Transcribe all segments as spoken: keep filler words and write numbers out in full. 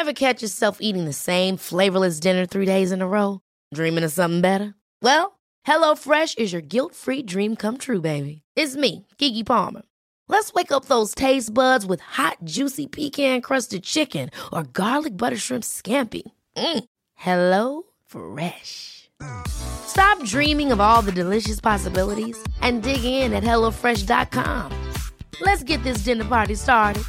Ever catch yourself eating the same flavorless dinner three days in a row? Dreaming of something better? Well, HelloFresh is your guilt-free dream come true, baby. It's me, Keke Palmer. Let's wake up those taste buds with hot, juicy pecan-crusted chicken or garlic butter shrimp scampi. Mm. Hello Fresh. Stop dreaming of all the delicious possibilities and dig in at hello fresh dot com. Let's get this dinner party started.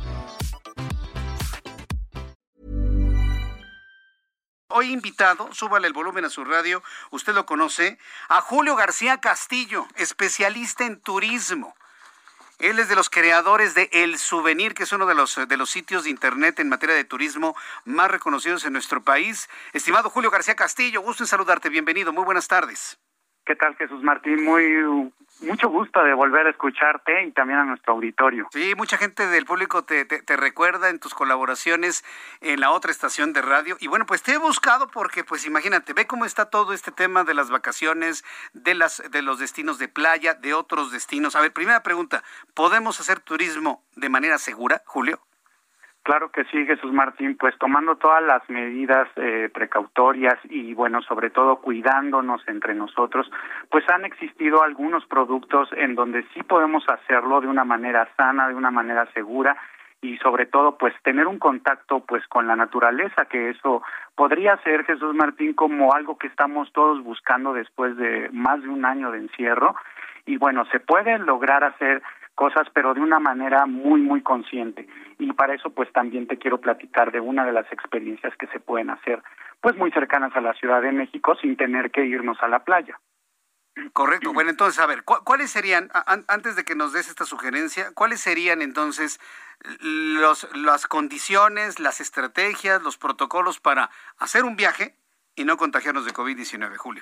Hoy invitado, súbale el volumen a su radio, usted lo conoce, a Julio García Castillo, especialista en turismo. Él es de los creadores de El Souvenir, que es uno de los, de los sitios de internet en materia de turismo más reconocidos en nuestro país. Estimado Julio García Castillo, gusto en saludarte, bienvenido, muy buenas tardes. ¿Qué tal, Jesús Martín? Muy mucho gusto de volver a escucharte y también a nuestro auditorio. Sí, mucha gente del público te, te, te recuerda en tus colaboraciones en la otra estación de radio. Y bueno, pues te he buscado porque, pues imagínate, ve cómo está todo este tema de las vacaciones, de las de los destinos de playa, de otros destinos. A ver, primera pregunta, ¿podemos hacer turismo de manera segura, Julio? Claro que sí, Jesús Martín, pues tomando todas las medidas eh, precautorias y bueno, sobre todo cuidándonos entre nosotros, pues han existido algunos productos en donde sí podemos hacerlo de una manera sana, de una manera segura y sobre todo pues tener un contacto pues con la naturaleza, que eso podría ser, Jesús Martín, como algo que estamos todos buscando después de más de un año de encierro y bueno, se puede lograr hacer cosas, pero de una manera muy, muy consciente. Y para eso, pues, también te quiero platicar de una de las experiencias que se pueden hacer, pues, muy cercanas a la Ciudad de México, sin tener que irnos a la playa. Correcto. Bueno, entonces, a ver, ¿cu- ¿cuáles serían, a- antes de que nos des esta sugerencia, cuáles serían, entonces, los las condiciones, las estrategias, los protocolos para hacer un viaje y no contagiarnos de covid diecinueve, Julio?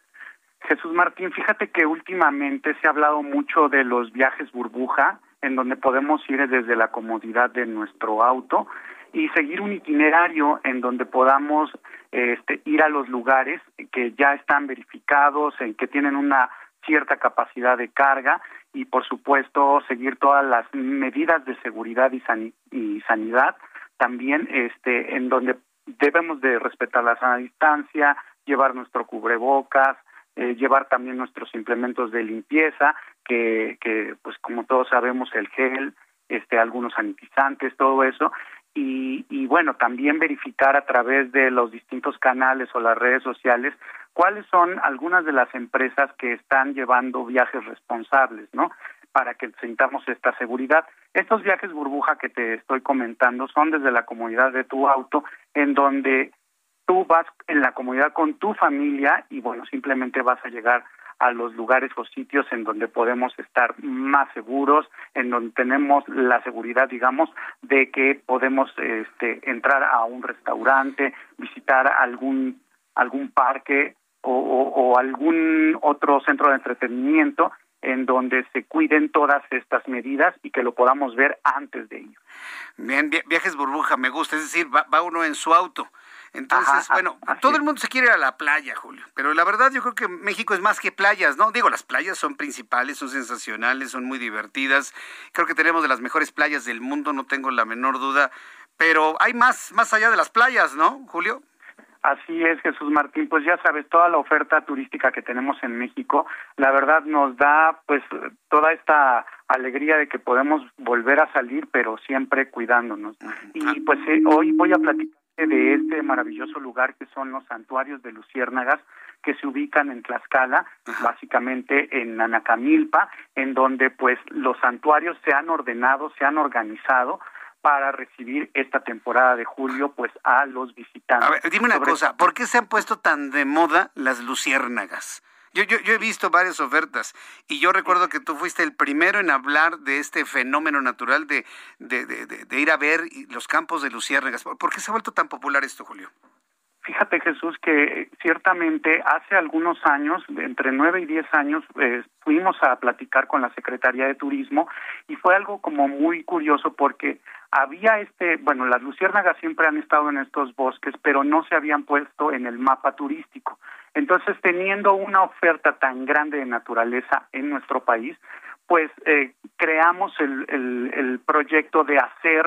Jesús Martín, fíjate que últimamente se ha hablado mucho de los viajes burbuja, en donde podemos ir desde la comodidad de nuestro auto y seguir un itinerario en donde podamos este, ir a los lugares que ya están verificados, en que tienen una cierta capacidad de carga y, por supuesto, seguir todas las medidas de seguridad y, san- y sanidad, también este, en donde debemos de respetar la sana distancia, llevar nuestro cubrebocas, Eh, llevar también nuestros implementos de limpieza, que, que pues como todos sabemos el gel, este, algunos sanitizantes, todo eso, y, y bueno, también verificar a través de los distintos canales o las redes sociales cuáles son algunas de las empresas que están llevando viajes responsables, ¿no?, para que sintamos esta seguridad. Estos viajes burbuja que te estoy comentando son desde la comodidad de tu auto, en donde tú vas en la comodidad con tu familia y, bueno, simplemente vas a llegar a los lugares o sitios en donde podemos estar más seguros, en donde tenemos la seguridad, digamos, de que podemos este, entrar a un restaurante, visitar algún algún parque o, o, o algún otro centro de entretenimiento en donde se cuiden todas estas medidas y que lo podamos ver antes de ello. Bien, vi- viajes burbuja, me gusta, es decir, va, va uno en su auto. Entonces, Ajá, bueno, así todo es. el mundo se quiere ir a la playa, Julio, pero la verdad yo creo que México es más que playas, ¿no? Digo, las playas son principales, son sensacionales, son muy divertidas. Creo que tenemos de las mejores playas del mundo, no tengo la menor duda, pero hay más, más allá de las playas, ¿no, Julio? Así es, Jesús Martín, pues ya sabes, toda la oferta turística que tenemos en México, la verdad nos da pues toda esta alegría de que podemos volver a salir, pero siempre cuidándonos. Y pues eh, hoy voy a platicar de este maravilloso lugar que son los santuarios de luciérnagas, que se ubican en Tlaxcala, básicamente en Anacamilpa, en donde pues los santuarios se han ordenado, se han organizado para recibir esta temporada de julio pues a los visitantes. A ver, dime una Sobre- cosa, ¿por qué se han puesto tan de moda las luciérnagas? Yo, yo, yo he visto varias ofertas y yo recuerdo que tú fuiste el primero en hablar de este fenómeno natural de, de, de, de, de ir a ver los campos de luciérnagas. ¿Por por qué se ha vuelto tan popular esto, Julio? Fíjate, Jesús, que ciertamente hace algunos años, entre nueve y diez años, eh, fuimos a platicar con la Secretaría de Turismo y fue algo como muy curioso porque había este, bueno, las luciérnagas siempre han estado en estos bosques, pero no se habían puesto en el mapa turístico. Entonces, teniendo una oferta tan grande de naturaleza en nuestro país, pues eh, creamos el, el, el proyecto de hacer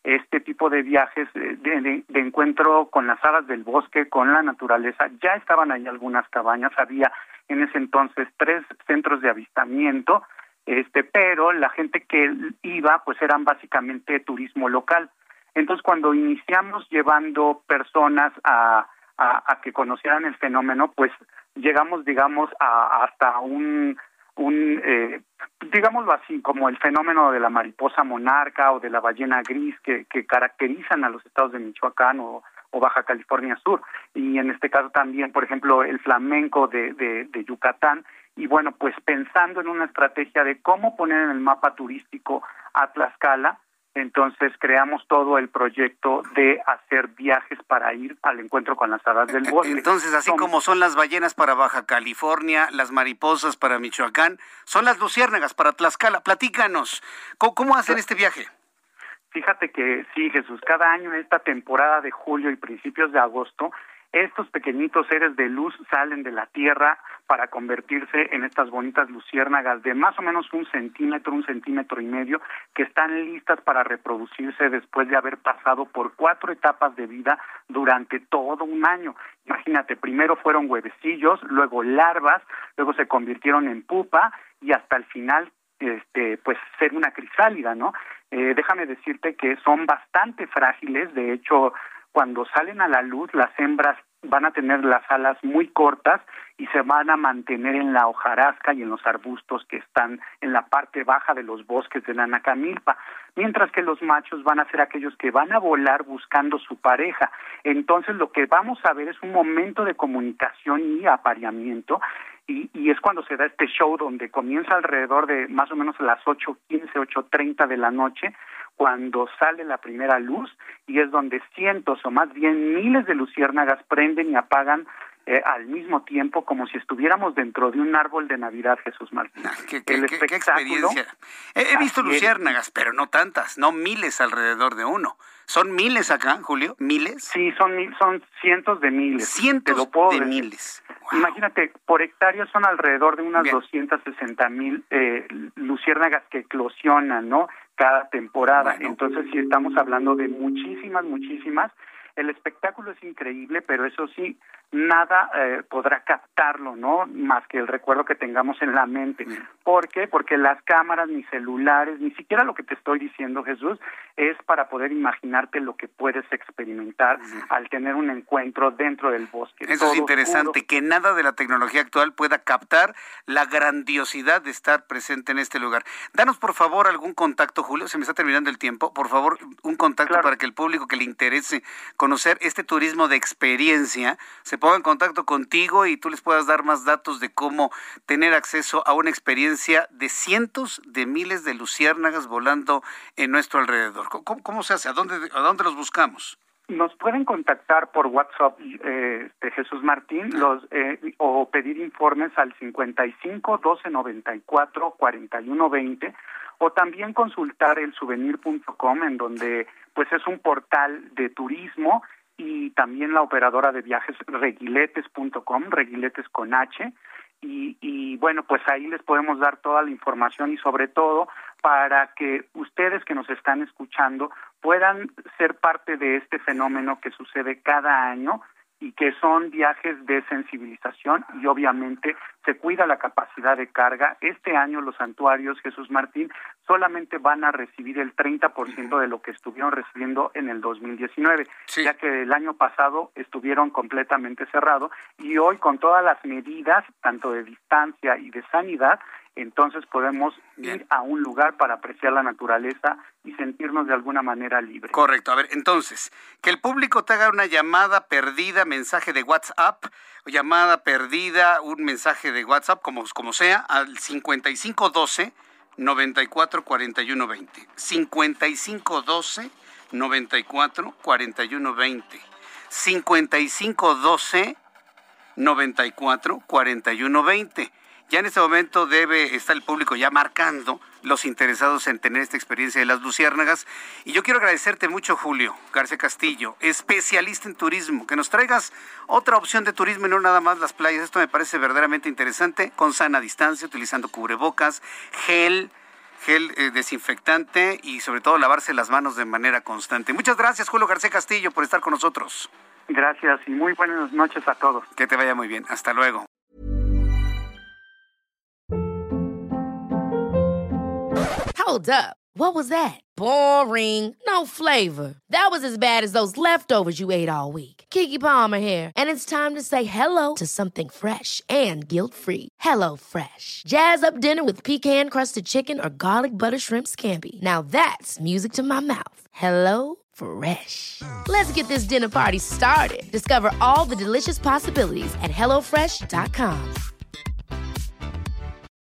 este tipo de viajes de, de, de encuentro con las hadas del bosque, con la naturaleza. Ya estaban ahí algunas cabañas, había en ese entonces tres centros de avistamiento, este, pero la gente que iba pues eran básicamente turismo local. Entonces cuando iniciamos llevando personas a, a, a que conocieran el fenómeno, pues llegamos, digamos, a, hasta un, un eh, digámoslo así, como el fenómeno de la mariposa monarca o de la ballena gris que, que caracterizan a los estados de Michoacán o, o Baja California Sur, y en este caso también, por ejemplo, el flamenco de, de, de Yucatán. Y bueno, pues pensando en una estrategia de cómo poner en el mapa turístico a Tlaxcala, entonces creamos todo el proyecto de hacer viajes para ir al encuentro con las hadas del bosque. Entonces, así son, como son las ballenas para Baja California, las mariposas para Michoacán, son las luciérnagas para Tlaxcala. Platícanos, ¿cómo, cómo hacen este viaje? Fíjate que sí, Jesús, cada año en esta temporada de julio y principios de agosto, estos pequeñitos seres de luz salen de la tierra para convertirse en estas bonitas luciérnagas de más o menos un centímetro, un centímetro y medio, que están listas para reproducirse después de haber pasado por cuatro etapas de vida durante todo un año. Imagínate, primero fueron huevecillos, luego larvas, luego se convirtieron en pupa y hasta el final, este, pues ser una crisálida, ¿no? Eh, déjame decirte que son bastante frágiles. De hecho, cuando salen a la luz, las hembras van a tener las alas muy cortas y se van a mantener en la hojarasca y en los arbustos que están en la parte baja de los bosques de Nanacamilpa, mientras que los machos van a ser aquellos que van a volar buscando su pareja. Entonces, lo que vamos a ver es un momento de comunicación y apareamiento, y, y es cuando se da este show donde comienza alrededor de más o menos a las ocho quince, ocho treinta de la noche, cuando sale la primera luz, y es donde cientos o más bien miles de luciérnagas prenden y apagan eh, al mismo tiempo, como si estuviéramos dentro de un árbol de Navidad, Jesús Martín. Ah, ¿Qué, qué, qué, qué experiencia? He, he visto luciérnagas, pero no tantas, no miles alrededor de uno. ¿Son miles acá, Julio? ¿Miles? Sí, son son cientos de miles. Cientos Te lo puedo de decir. miles. Wow. Imagínate, por hectárea son alrededor de unas Bien. doscientas sesenta mil eh, luciérnagas que eclosionan, ¿no?, cada temporada. Bueno. Entonces sí estamos hablando de muchísimas, muchísimas. El espectáculo es increíble, pero eso sí, nada eh, podrá captarlo, ¿no?, más que el recuerdo que tengamos en la mente. Mm. ¿Por qué? Porque las cámaras, ni celulares, ni siquiera lo que te estoy diciendo, Jesús, es para poder imaginarte lo que puedes experimentar mm. al tener un encuentro dentro del bosque. Eso es interesante, oscuro. Que nada de la tecnología actual pueda captar la grandiosidad de estar presente en este lugar. Danos, por favor, algún contacto, Julio, se me está terminando el tiempo. Por favor, un contacto claro. para que el público que le interese conocer este turismo de experiencia se ponga en contacto contigo y tú les puedas dar más datos de cómo tener acceso a una experiencia de cientos de miles de luciérnagas volando en nuestro alrededor. ¿Cómo, cómo se hace? ¿A dónde, a dónde los buscamos? Nos pueden contactar por WhatsApp, eh, de Jesús Martín, los eh, o pedir informes al cincuenta y cinco, doce, noventa y cuatro, cuarenta y uno, veinte, o también consultar el souvenir punto com, en donde pues es un portal de turismo, y también la operadora de viajes reguiletes punto com, reguiletes con H, y, y bueno, pues ahí les podemos dar toda la información, y sobre todo para que ustedes que nos están escuchando puedan ser parte de este fenómeno que sucede cada año, y que son viajes de sensibilización, y obviamente se cuida la capacidad de carga. Este año los santuarios, Jesús Martín, solamente van a recibir el treinta por ciento de lo que estuvieron recibiendo en el dos mil diecinueve, sí. ya que el año pasado estuvieron completamente cerrados, y hoy con todas las medidas, tanto de distancia y de sanidad, entonces podemos Bien. ir a un lugar para apreciar la naturaleza y sentirnos de alguna manera libres. Correcto. A ver, entonces, que el público te haga una llamada perdida, mensaje de WhatsApp, o llamada perdida, un mensaje de WhatsApp, como, como sea, al cincuenta y cinco doce, noventa y cuatro, cuarenta y uno veinte. cincuenta y cinco doce, noventa y cuatro, cuarenta y uno veinte. cincuenta y cinco doce, noventa y cuatro, cuarenta y uno veinte. Ya en este momento debe estar el público ya marcando los interesados en tener esta experiencia de las luciérnagas. Y yo quiero agradecerte mucho, Julio García Castillo, especialista en turismo, que nos traigas otra opción de turismo y no nada más las playas. Esto me parece verdaderamente interesante, con sana distancia, utilizando cubrebocas, gel, gel eh, desinfectante y sobre todo lavarse las manos de manera constante. Muchas gracias, Julio García Castillo, por estar con nosotros. Gracias y muy buenas noches a todos. Que te vaya muy bien. Hasta luego. Hold up. What was that? Boring. No flavor. That was as bad as those leftovers you ate all week. Keke Palmer here, and it's time to say hello to something fresh and guilt-free. Hello Fresh. Jazz up dinner with pecan-crusted chicken or garlic butter shrimp scampi. Now that's music to my mouth. Hello Fresh. Let's get this dinner party started. Discover all the delicious possibilities at hello fresh dot com.